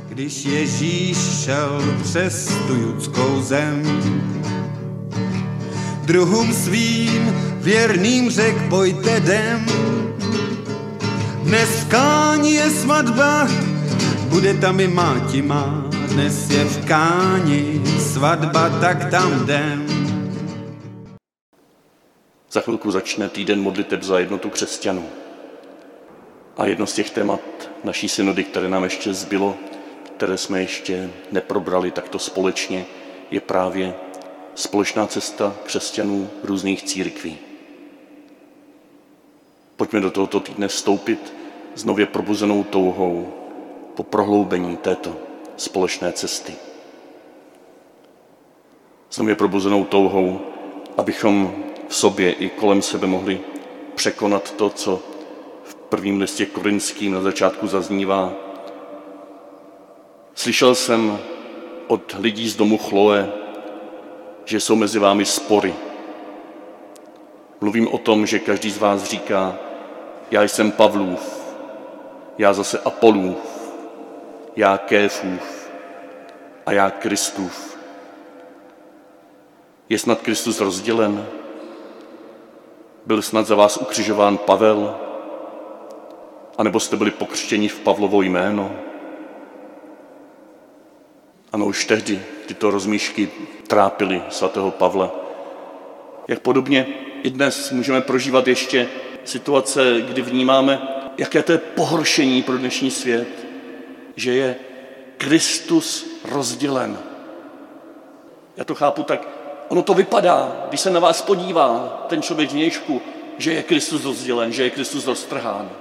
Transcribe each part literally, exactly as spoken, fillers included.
když Ježíš šel přes tu judskou zem. Druhům svým věrným řek, pojďte dem. Dnes v Káni je svatba, bude tam i máti má. Dnes je v Káni svatba, tak tam jdem. Za chvilku začne týden modliteb za jednotu křesťanů. A jedno z těch témat naší synody, které nám ještě zbylo, které jsme ještě neprobrali takto společně, je právě společná cesta křesťanů různých církví. Pojďme do tohoto týdne vstoupit s nově probuzenou touhou po prohloubení této společné cesty. S nově probuzenou touhou, abychom v sobě i kolem sebe mohli překonat to, co v prvním listě Korinským na začátku zaznívá. Slyšel jsem od lidí z domu Chloe, že jsou mezi vámi spory. Mluvím o tom, že každý z vás říká, já jsem Pavlův, já zase Apolův, já Kéfův a já Kristův. Je snad Kristus rozdělen? Byl snad za vás ukřižován Pavel? A nebo jste byli pokřtěni v Pavlovo jméno? Ano, už tehdy tyto rozmíšky trápily svatého Pavla. Jak podobně i dnes můžeme prožívat ještě situace, kdy vnímáme, jaké to je pohoršení pro dnešní svět, že je Kristus rozdělen. Já to chápu tak, ono to vypadá, když se na vás podívá ten člověk zvnějšku, že je Kristus rozdělen, že je Kristus roztrhán.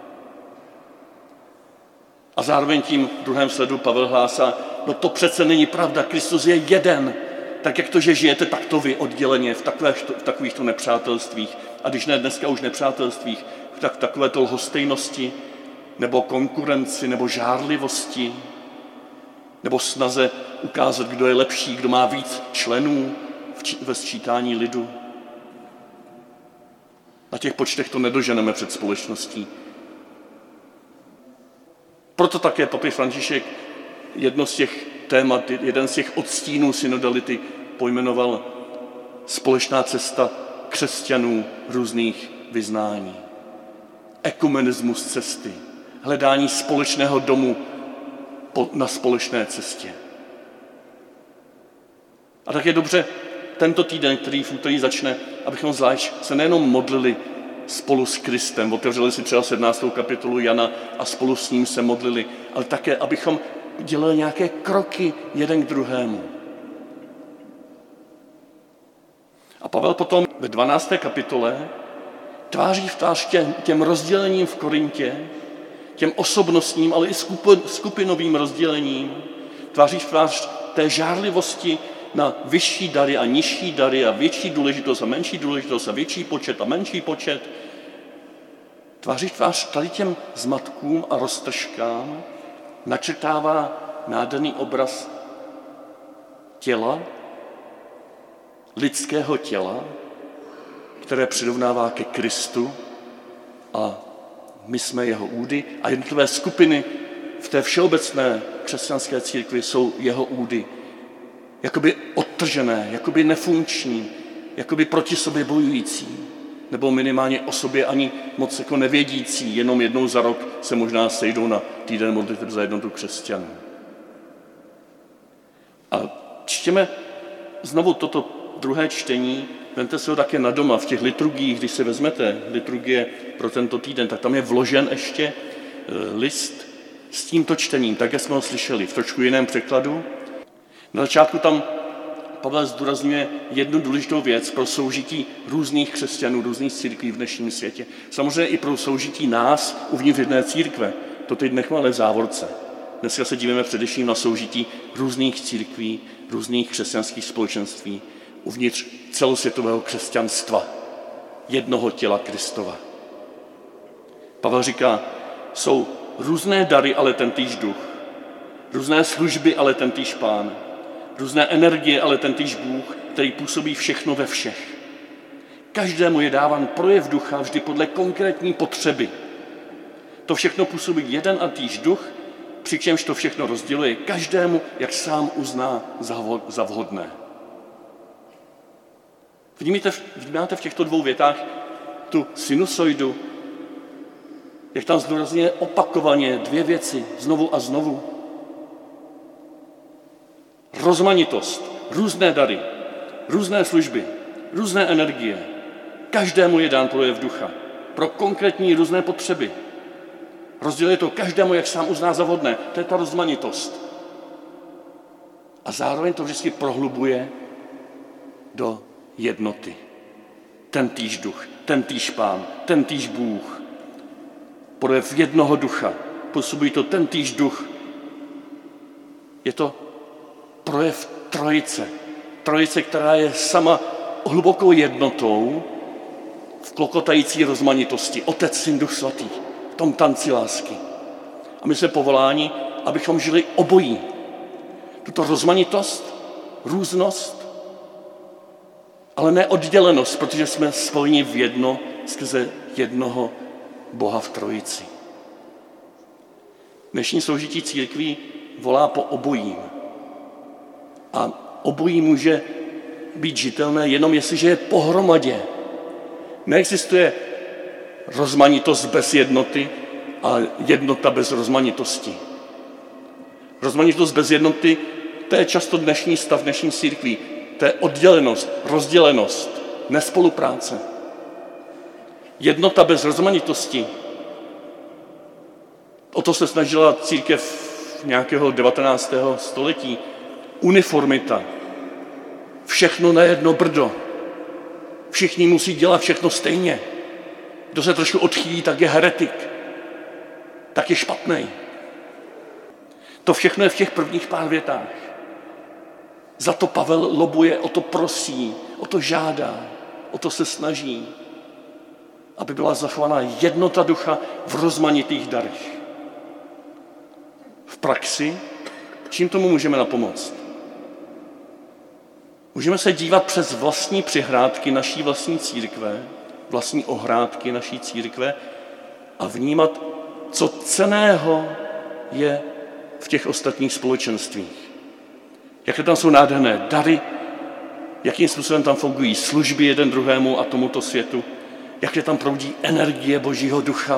A zároveň tím v druhém sledu Pavel hlásá, no to přece není pravda, Kristus je jeden, tak jak to, že žijete takto vy odděleně v, takových, v takovýchto nepřátelstvích, a když ne dneska už nepřátelstvích, tak v takovéto lhostejnosti, nebo konkurenci, nebo žárlivosti, nebo snaze ukázat, kdo je lepší, kdo má víc členů ve sčítání lidu. Na těch počtech to nedoženeme před společností. Proto také papež František jedno z těch témat, jeden z těch odstínů synodality pojmenoval společná cesta křesťanů různých vyznání. Ekumenismus cesty, hledání společného domu na společné cestě. A tak je dobře tento týden, který v úterý začne, abychom zvlášť se nejenom modlili spolu s Kristem, otevřeli si třeba sedmnáctou kapitolu Jana a spolu s ním se modlili, ale také, abychom dělali nějaké kroky jeden k druhému. A Pavel potom ve dvanácté kapitole tváří v tvář těm, těm rozdělením v Korintě, těm osobnostním, ale i skupinovým rozdělením, tváří v tvář té žárlivosti na vyšší dary a nižší dary a větší důležitost a menší důležitost a větší počet a menší počet. Tváří v tvář tady těm zmatkům a roztržkám načrtává nádherný obraz těla, lidského těla, které přirovnává ke Kristu a my jsme jeho údy a jednotlivé skupiny v té všeobecné křesťanské církvi jsou jeho údy. Jakoby odtržené, jakoby nefunkční, jakoby proti sobě bojující, nebo minimálně o sobě ani moc jako nevědící, jenom jednou za rok se možná sejdou na týden modliteb za jednotu křesťanů. A čtěme znovu toto druhé čtení, vemte si ho také na doma, v těch liturgiích, když si vezmete liturgie pro tento týden, tak tam je vložen ještě list s tímto čtením, tak jak jsme ho slyšeli, v trošku jiném překladu. Na začátku tam Pavel zdůrazňuje jednu důležitou věc pro soužití různých křesťanů, různých církví v dnešním světě. Samozřejmě i pro soužití nás uvnitř jedné církve. To teď nechme ale v závorce. Dneska se díváme především na soužití různých církví, různých křesťanských společenství uvnitř celosvětového křesťanstva, jednoho těla Kristova. Pavel říká, jsou různé dary, ale tentýž duch. Různé služby, ale tentýž Pán. Různé energie, ale tentýž Bůh, který působí všechno ve všech. Každému je dáván projev ducha vždy podle konkrétní potřeby. To všechno působí jeden a týž duch, přičemž to všechno rozděluje každému, jak sám uzná za vhodné. Vnímáte, vnímáte v těchto dvou větách tu sinusoidu, jak tam zdůrazňuje opakovaně dvě věci, znovu a znovu. Rozmanitost, různé dary, různé služby, různé energie. Každému je dán projev ducha pro konkrétní různé potřeby. Rozděluje to každému, jak sám uzná za vhodné. To je ta rozmanitost. A zároveň to vždycky prohlubuje do jednoty. Ten týž duch, ten týž Pán, ten týž Bůh. Projev jednoho ducha. Působí to ten týž duch. Je to projev trojice. Trojice, která je sama hlubokou jednotou v klokotající rozmanitosti. Otec, Syn, Duch Svatý. V tom tanci lásky. A my jsme povoláni, abychom žili obojí. Tuto rozmanitost, různost, ale ne oddělenost, protože jsme spojeni v jedno skrze jednoho Boha v trojici. Dnešní soužití církví volá po obojím. A obojí může být žitelné jenom jestliže je pohromadě. Neexistuje rozmanitost bez jednoty a jednota bez rozmanitosti. Rozmanitost bez jednoty, to je často dnešní stav dnešní církví. To je oddělenost, rozdělenost, nespolupráce. Jednota bez rozmanitosti. O to se snažila církev nějakého devatenáctého století. Uniformita. Všechno na jedno brdo. Všichni musí dělat všechno stejně. Kdo se trošku odchýlí, tak je heretik. Tak je špatnej. To všechno je v těch prvních pár větách. Za to Pavel lobuje, o to prosí, o to žádá, o to se snaží, aby byla zachována jednota ducha v rozmanitých darech. V praxi, čím tomu můžeme napomoct? Můžeme se dívat přes vlastní přihrádky naší vlastní církve, vlastní ohrádky naší církve a vnímat, co cenného je v těch ostatních společenstvích. Jaké tam jsou nádherné dary, jakým způsobem tam fungují služby jeden druhému a tomuto světu, jaké tam proudí energie Božího ducha.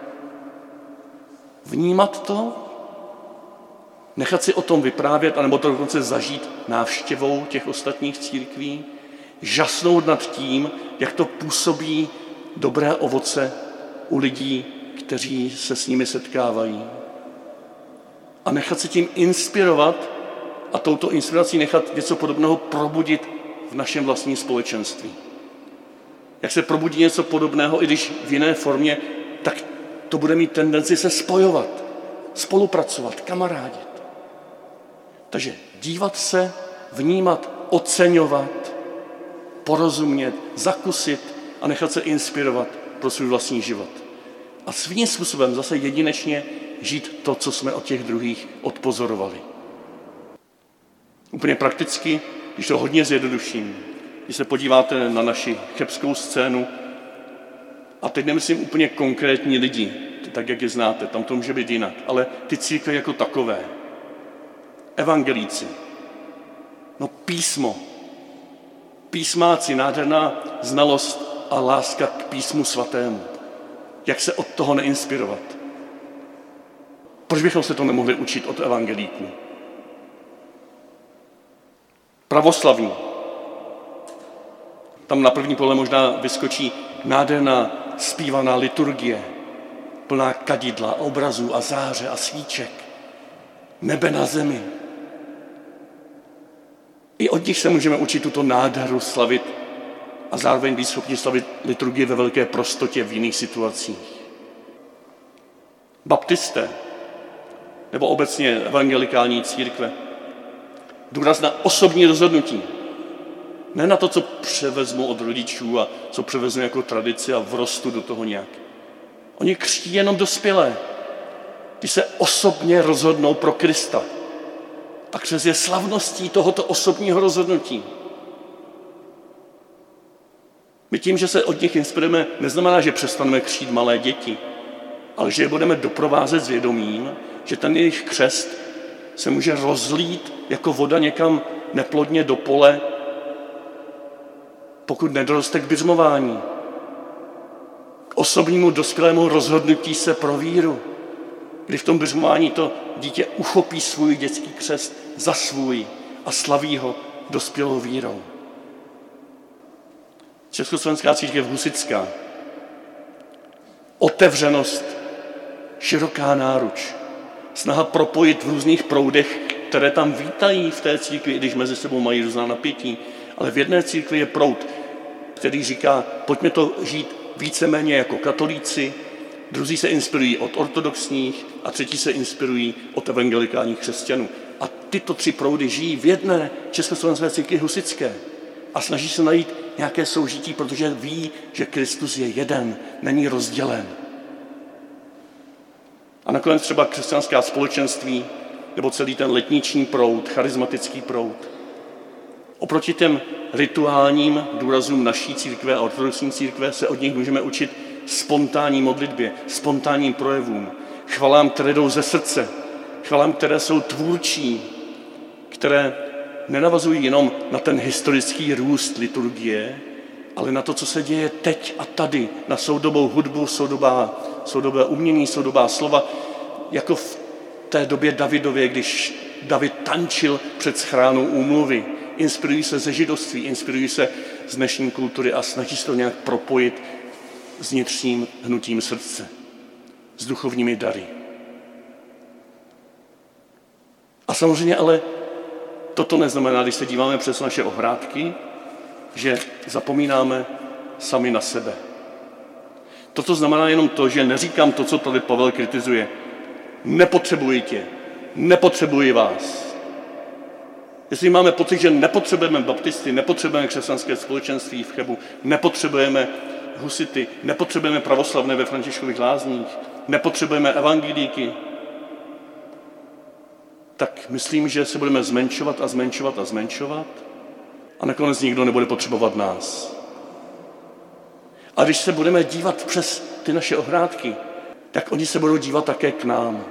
Vnímat to, nechat si o tom vyprávět, anebo to dokonce zažít návštěvou těch ostatních církví, žasnout nad tím, jak to působí dobré ovoce u lidí, kteří se s nimi setkávají. A nechat se tím inspirovat a touto inspirací nechat něco podobného probudit v našem vlastním společenství. Jak se probudí něco podobného, i když v jiné formě, tak to bude mít tendenci se spojovat, spolupracovat, kamarádit. Takže dívat se, vnímat, oceňovat, porozumět, zakusit a nechat se inspirovat pro svůj vlastní život. A svým způsobem zase jedinečně žít to, co jsme od těch druhých odpozorovali. Úplně prakticky, když to hodně zjednoduším, když se podíváte na naši chebskou scénu, a teď nemyslím úplně konkrétní lidi, tak jak je znáte, tam to může být jinak, ale ty církve jako takové, evangelíci, no písmo, písmáci, nádherná znalost a láska k písmu svatému. Jak se od toho neinspirovat? Proč bychom se to nemohli učit od evangelíků? Pravoslavní. Tam na první pohled možná vyskočí nádherná zpívaná liturgie, plná kadidla, obrazů a záře a svíček. Nebe na zemi. I od nich se můžeme učit tuto nádheru slavit a zároveň být schopni slavit liturgii ve velké prostotě v jiných situacích. Baptisté nebo obecně evangelikální církve. Důraz na osobní rozhodnutí. Ne na to, co převezmu od rodičů a co převezmu jako tradici a vrostu do toho nějak. Oni křtí jenom dospělé, když se osobně rozhodnou pro Krista. A křest je slavností tohoto osobního rozhodnutí. My tím, že se od nich inspirujeme, neznamená, že přestaneme křtít malé děti, ale že je budeme doprovázet s vědomím, že ten jejich křest se může rozlít jako voda někam neplodně do pole, pokud nedoroste k biřmování, k osobnímu dospělému rozhodnutí se pro víru, kdy v tom biřmování to dítě uchopí svůj dětský křest za svůj a slaví ho dospělou vírou. Československá církev husitská. Otevřenost, široká náruč, snaha propojit v různých proudech, které tam vítají v té církvi, i když mezi sebou mají různá napětí, ale v jedné církvi je proud, který říká, pojďme to žít víceméně jako katolíci, druzí se inspirují od ortodoxních a třetí se inspirují od evangelikálních křesťanů. A tyto tři proudy žijí v jedné československé církvi husitské a snaží se najít nějaké soužití, protože ví, že Kristus je jeden, není rozdělen. A nakonec třeba křesťanská společenství nebo celý ten letniční proud, charismatický proud. Oproti těm rituálním důrazům naší církve a ortodoxní církve se od nich můžeme učit spontánní modlitbě, spontánním projevům, chvalám, které jdou ze srdce, chvalám, které jsou tvůrčí, které nenavazují jenom na ten historický růst liturgie, ale na to, co se děje teď a tady, na soudobou hudbu, soudobá, soudobé umění, soudobá slova, jako v té době Davidově, když David tančil před schránou úmluvy. Inspirují se ze židovství, inspirují se z dnešní kultury a snaží se to nějak propojit s vnitřním hnutím srdce, s duchovními dary. A samozřejmě ale toto neznamená, když se díváme přes naše ohrádky, že zapomínáme sami na sebe. Toto znamená jenom to, že neříkám to, co tady Pavel kritizuje. Nepotřebuji tě, nepotřebuji vás. Jestli máme pocit, že nepotřebujeme baptisty, nepotřebujeme křesťanské společenství v Chebu, nepotřebujeme husity, nepotřebujeme pravoslavné ve Františkových lázních, nepotřebujeme evangelíky, tak myslím, že se budeme zmenšovat a zmenšovat a zmenšovat a nakonec nikdo nebude potřebovat nás. A když se budeme dívat přes ty naše ohrádky, tak oni se budou dívat také k nám.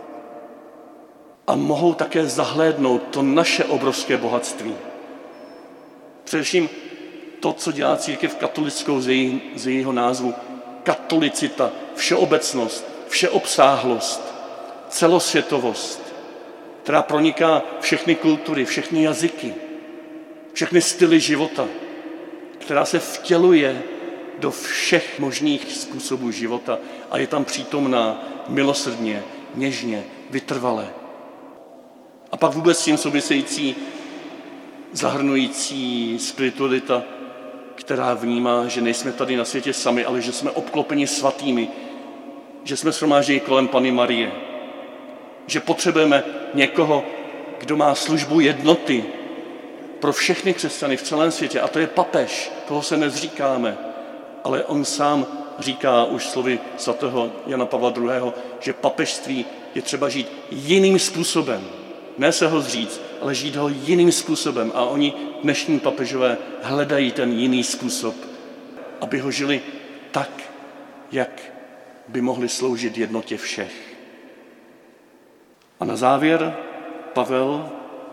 A mohou také zahlédnout to naše obrovské bohatství. Především to, co dělá církev katolickou z, její, z jejího názvu, katolicita, všeobecnost, všeobsáhlost, celosvětovost, která proniká všechny kultury, všechny jazyky, všechny styly života, která se vtěluje do všech možných způsobů života a je tam přítomná milosrdně, něžně, vytrvale. A pak vůbec s tím související, zahrnující spiritualita, která vnímá, že nejsme tady na světě sami, ale že jsme obklopeni svatými, že jsme shromážděni kolem Panny Marie, že potřebujeme někoho, kdo má službu jednoty pro všechny křesťany v celém světě, a to je papež, toho se nezříkáme, ale on sám říká už slovy svatého Jana Pavla druhého., že papežství je třeba žít jiným způsobem. Ne se ho zříct, ale žít ho jiným způsobem. A oni, dnešní papežové, hledají ten jiný způsob, aby ho žili tak, jak by mohli sloužit jednotě všech. A na závěr Pavel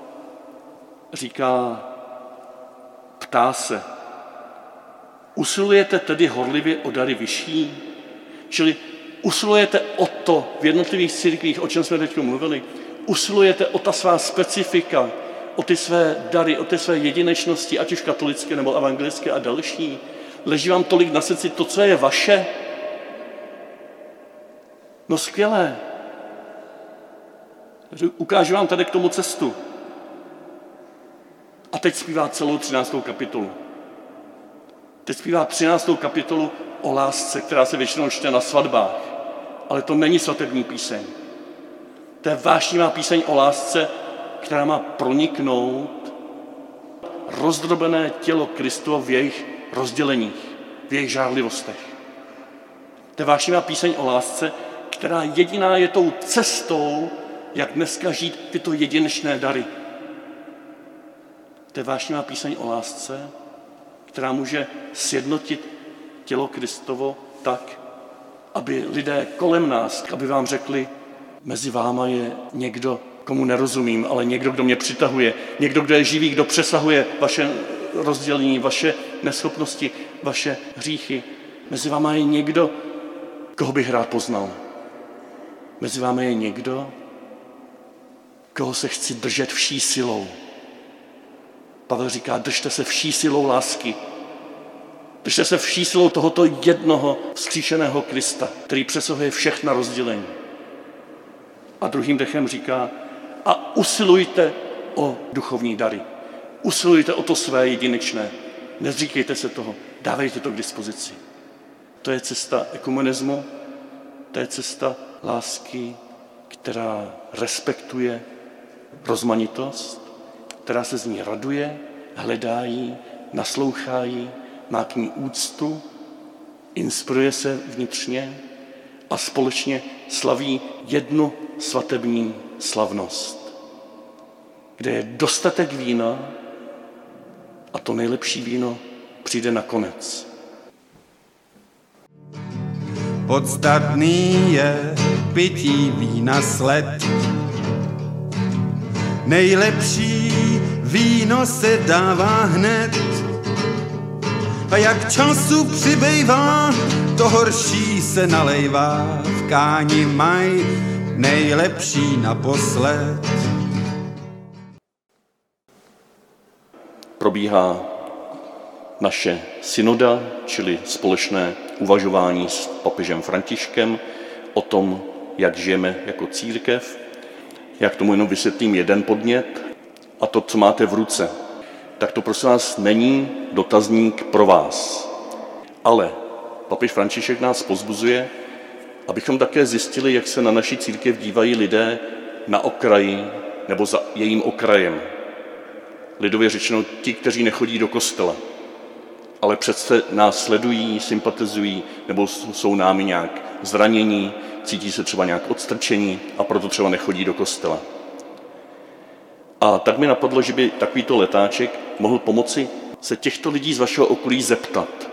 říká, ptá se, usilujete tedy horlivě o dary vyšší? Čili usilujete o to v jednotlivých církvích, o čem jsme teď mluvili, usilujete o ta svá specifika, o ty své dary, o ty své jedinečnosti, ať už katolické nebo evangelické a další. Leží vám tolik na srdci to, co je vaše? No skvělé. Ukážu vám tady k tomu cestu. A teď zpívá celou třináctou kapitolu. Teď zpívá třináctou kapitolu o lásce, která se většinou čte na svatbách. Ale to není svatební píseň. To je vášnivá píseň o lásce, která má proniknout rozdrobené tělo Kristovo v jejich rozděleních, v jejich žárlivostech. To je vášnivá píseň o lásce, která jediná je tou cestou, jak dneska žít tyto jedinečné dary. To je vášnivá píseň o lásce, která může sjednotit tělo Kristovo tak, aby lidé kolem nás, aby vám řekli, Mezi váma je někdo, komu nerozumím, ale někdo, kdo mě přitahuje, někdo, kdo je živý, kdo přesahuje vaše rozdělení, vaše neschopnosti, vaše hříchy. Mezi váma je někdo, koho bych rád poznal. Mezi vámi je někdo, koho se chci držet vší silou. Pavel říká, držte se vší silou lásky. Držte se vší silou tohoto jednoho vzkříšeného Krista, který přesahuje všechna rozdělení. A druhým dechem říká, a usilujte o duchovní dary. Usilujte o to své jedinečné. Nezříkejte se toho, dávejte to k dispozici. To je cesta ekumenismu, to je cesta lásky, která respektuje rozmanitost, která se z ní raduje, hledá ji, naslouchá ji, má k ní úctu, inspiruje se vnitřně a společně slaví jednu svatební slavnost, kde je dostatek vína a to nejlepší víno přijde nakonec. Podstatný je pití vína sled. Nejlepší víno se dává hned. A jak času přibývá, to horší se nalejvá. V káni maj nejlepší naposled. Probíhá naše synoda, čili společné uvažování s papežem Františkem o tom, jak žijeme jako církev. Já k tomu jenom vysvětlím jeden podnět a to, co máte v ruce. Tak to prosím vás není dotazník pro vás. Ale papež František nás povzbuzuje, abychom také zjistili, jak se na naši církev dívají lidé na okraji nebo za jejím okrajem. Lidově řečeno ti, kteří nechodí do kostela, ale přece nás sledují, sympatizují nebo jsou námi nějak zranění, cítí se třeba nějak odstrčení a proto třeba nechodí do kostela. A tak mi napadlo, že by takovýto letáček mohl pomoci se těchto lidí z vašeho okolí zeptat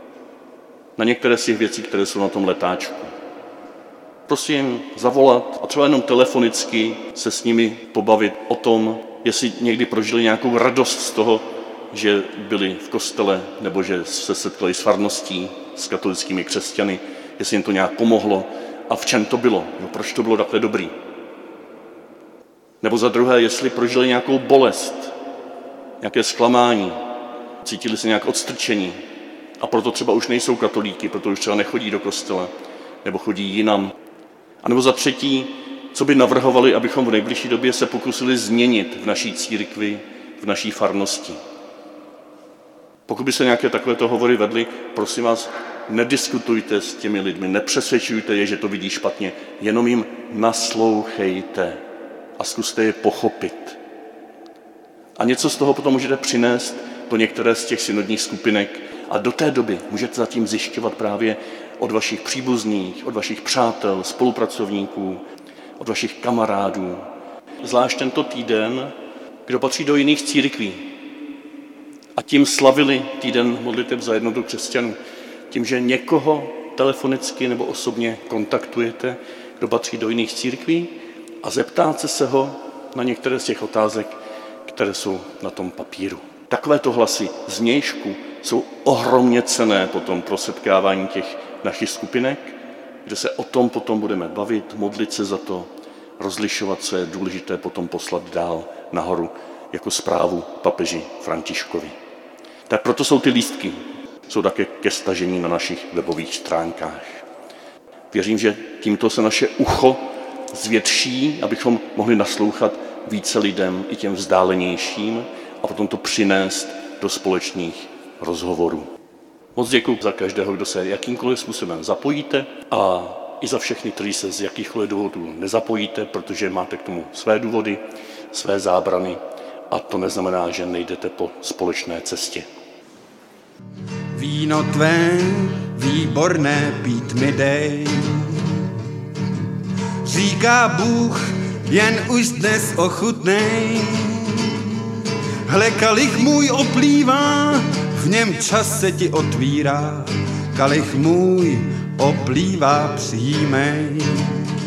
na některé z těch věcí, které jsou na tom letáčku. Prosím zavolat a třeba jenom telefonicky se s nimi pobavit o tom, jestli někdy prožili nějakou radost z toho, že byli v kostele nebo že se setkali s farností, s katolickými křesťany, jestli jim to nějak pomohlo a v čem to bylo, no, proč to bylo takhle dobrý. Nebo za druhé, jestli prožili nějakou bolest, nějaké zklamání, cítili se nějak odstrčení a proto třeba už nejsou katolíky, proto už třeba nechodí do kostela nebo chodí jinam. A nebo za třetí, co by navrhovali, abychom v nejbližší době se pokusili změnit v naší církvi, v naší farnosti. Pokud by se nějaké takovéto hovory vedly, prosím vás, nediskutujte s těmi lidmi, nepřesvědčujte je, že to vidí špatně, jenom jim naslouchejte a zkuste je pochopit. A něco z toho potom můžete přinést do některé z těch synodních skupinek a do té doby můžete zatím zjišťovat právě od vašich příbuzných, od vašich přátel, spolupracovníků, od vašich kamarádů. Zvlášť tento týden, kdo patří do jiných církví a tím slavili týden modliteb za jednotu křesťanů. Tím, že někoho telefonicky nebo osobně kontaktujete, kdo patří do jiných církví a zeptáte se ho na některé z těch otázek, které jsou na tom papíru. Takovéto hlasy z vnějšku jsou ohromně cenné potom pro setkávání těch našich skupinek, kde se o tom potom budeme bavit, modlit se za to, rozlišovat, co je důležité potom poslat dál nahoru jako zprávu papeži Františkovi. Tak proto jsou ty lístky, jsou také ke stažení na našich webových stránkách. Věřím, že tímto se naše ucho zvětší, abychom mohli naslouchat více lidem, i těm vzdálenějším, a potom to přinést do společných rozhovorů. Moc děkuji za každého, kdo se jakýmkoliv způsobem zapojíte a i za všechny, kteří se z jakýchkoliv důvodů nezapojíte, protože máte k tomu své důvody, své zábrany a to neznamená, že nejdete po společné cestě. Víno tvé výborné pít mi dej, říká Bůh, jen už dnes ochutnej. Hle, kalich můj oplývá, v něm čas se ti otvírá, kalich můj oplývá, přijímej.